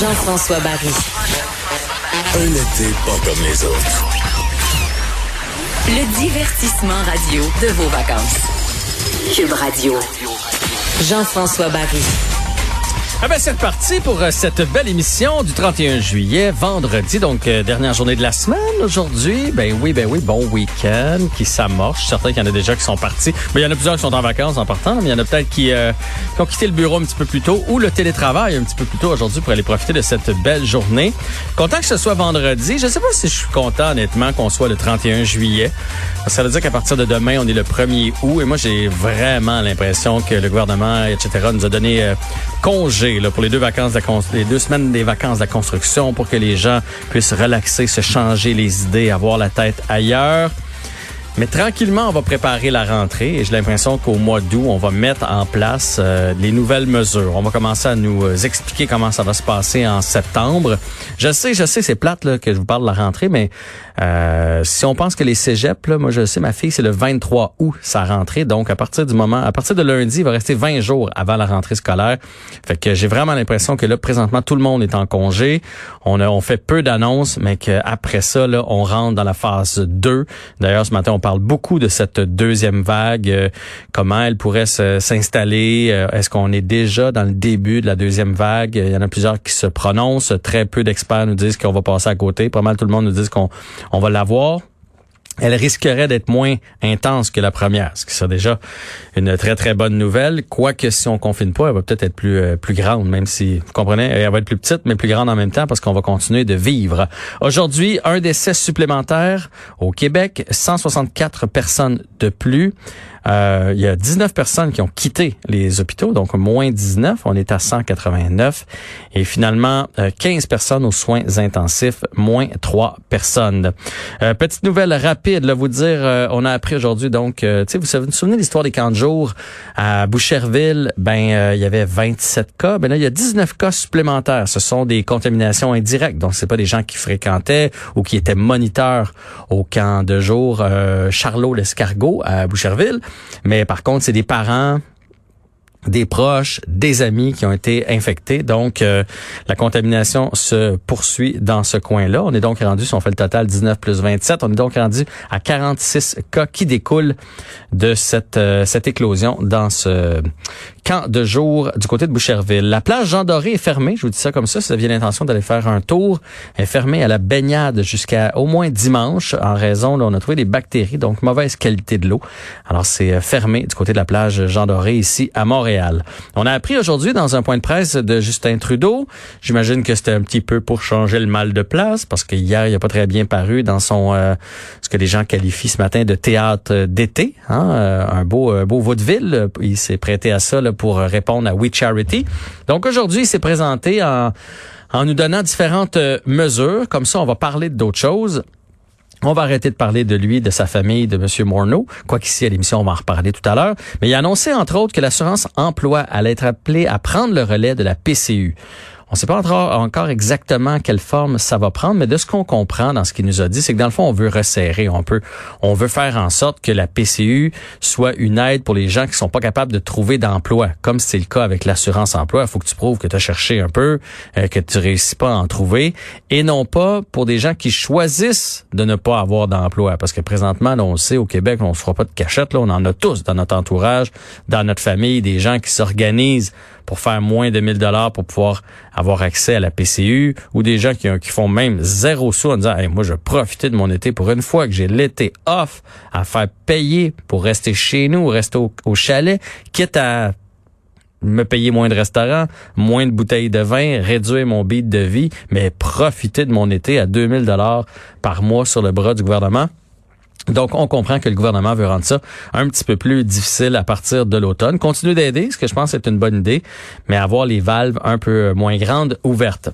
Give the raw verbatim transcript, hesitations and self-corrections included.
Jean-François Barry. Un été pas comme les autres. Le divertissement radio de vos vacances. Cube Radio. Jean-François Barry. Ah ben c'est reparti pour euh, cette belle émission du trente et un juillet, vendredi, donc euh, dernière journée de la semaine aujourd'hui. Ben oui, ben oui, bon week-end qui s'amorce. Je suis certain qu'il y en a déjà qui sont partis. Mais il y en a plusieurs qui sont en vacances en partant, mais il y en a peut-être qui, euh, qui ont quitté le bureau un petit peu plus tôt ou le télétravail un petit peu plus tôt aujourd'hui pour aller profiter de cette belle journée. Content que ce soit vendredi. Je sais pas si je suis content honnêtement qu'on soit le trente et un juillet. Ça veut dire qu'à partir de demain, on est le premier août et moi j'ai vraiment l'impression que le gouvernement, et cetera, nous a donné euh, congé là, pour les deux vacances de la con- les deux semaines des vacances de la construction pour que les gens puissent relaxer, se changer les idées, avoir la tête ailleurs. Mais tranquillement, on va préparer la rentrée et j'ai l'impression qu'au mois d'août, on va mettre en place euh, les nouvelles mesures. On va commencer à nous euh, expliquer comment ça va se passer en septembre. Je sais, je sais, c'est plate là, que je vous parle de la rentrée, mais euh, si on pense que les cégeps, là, moi je sais, ma fille, c'est le vingt-trois août sa rentrée. Donc à partir du moment, à partir de lundi, il va rester vingt jours avant la rentrée scolaire. Fait que j'ai vraiment l'impression que là, présentement, tout le monde est en congé. On a, on fait peu d'annonces, mais qu'après ça, là, on rentre dans la phase deux. D'ailleurs, ce matin, on parle beaucoup de cette deuxième vague, euh, comment elle pourrait se, s'installer. Euh, est-ce qu'on est déjà dans le début de la deuxième vague? Il y en a plusieurs qui se prononcent. Très peu d'experts nous disent qu'on va passer à côté. Pas mal tout le monde nous dit qu'on on va l'avoir. Elle risquerait d'être moins intense que la première, ce qui serait déjà une très, très bonne nouvelle. Quoique, si on confine pas, elle va peut-être être plus euh, plus grande, même si, vous comprenez, elle va être plus petite, mais plus grande en même temps parce qu'on va continuer de vivre. Aujourd'hui, un décès supplémentaire au Québec, cent soixante-quatre personnes de plus. Euh, il y a dix-neuf personnes qui ont quitté les hôpitaux, donc moins dix-neuf, on est à cent quatre-vingt-neuf. Et finalement, euh, quinze personnes aux soins intensifs, moins trois personnes. Euh, petite nouvelle rapide, là, vous dire, euh, on a appris aujourd'hui, donc, euh, tu sais, vous savez, vous souvenez de l'histoire des camps de jour à Boucherville? Ben, euh, il y avait vingt-sept cas. Ben là, il y a dix-neuf cas supplémentaires. Ce sont des contaminations indirectes, donc c'est pas des gens qui fréquentaient ou qui étaient moniteurs au camp de jour euh, Charlot-l'Escargot à Boucherville. Mais par contre, c'est des parents, des proches, des amis qui ont été infectés. Donc, euh, la contamination se poursuit dans ce coin-là. On est donc rendu, si on fait le total, dix-neuf plus vingt-sept, on est donc rendu à quarante-six cas qui découlent de cette euh, cette éclosion dans ce camp de jour du côté de Boucherville. La plage Jean-Doré est fermée, je vous dis ça comme ça, si vous aviez l'intention d'aller faire un tour. Elle est fermée à la baignade jusqu'à au moins dimanche en raison, là, on a trouvé des bactéries, donc mauvaise qualité de l'eau. Alors, c'est fermé du côté de la plage Jean-Doré ici à Montréal. On a appris aujourd'hui dans un point de presse de Justin Trudeau, j'imagine que c'était un petit peu pour changer le mal de place, parce que hier, il n'a pas très bien paru dans son euh, ce que les gens qualifient ce matin de théâtre d'été, hein, euh, un beau un beau vaudeville. Il s'est prêté à ça là, pour répondre à We Charity. Donc aujourd'hui, il s'est présenté en, en nous donnant différentes euh, mesures. Comme ça, on va parler d'autres choses. On va arrêter de parler de lui, de sa famille, de M. Morneau. Quoiqu'ici, à l'émission, on va en reparler tout à l'heure. Mais il a annoncé, entre autres, que l'assurance emploi allait être appelée à prendre le relais de la P C U. On ne sait pas encore exactement quelle forme ça va prendre, mais de ce qu'on comprend dans ce qu'il nous a dit, c'est que dans le fond, on veut resserrer, on peut, on veut faire en sorte que la P C U soit une aide pour les gens qui sont pas capables de trouver d'emploi, comme c'est le cas avec l'assurance emploi. Il faut que tu prouves que tu as cherché un peu, euh, que tu réussis pas à en trouver, et non pas pour des gens qui choisissent de ne pas avoir d'emploi. Parce que présentement, là, on le sait, au Québec, on se fera pas de cachette, là, on en a tous dans notre entourage, dans notre famille, des gens qui s'organisent pour faire moins de mille dollars pour pouvoir avoir accès à la P C U, ou des gens qui, qui font même zéro sou en disant hey, moi je vais profiter de mon été pour une fois que j'ai l'été off à faire payer pour rester chez nous, rester au, au chalet, quitte à me payer moins de restaurants, moins de bouteilles de vin, réduire mon beat de vie, mais profiter de mon été à deux mille dollars par mois sur le bras du gouvernement. Donc, on comprend que le gouvernement veut rendre ça un petit peu plus difficile à partir de l'automne. Continuer d'aider, ce que je pense est une bonne idée, mais avoir les valves un peu moins grandes ouvertes.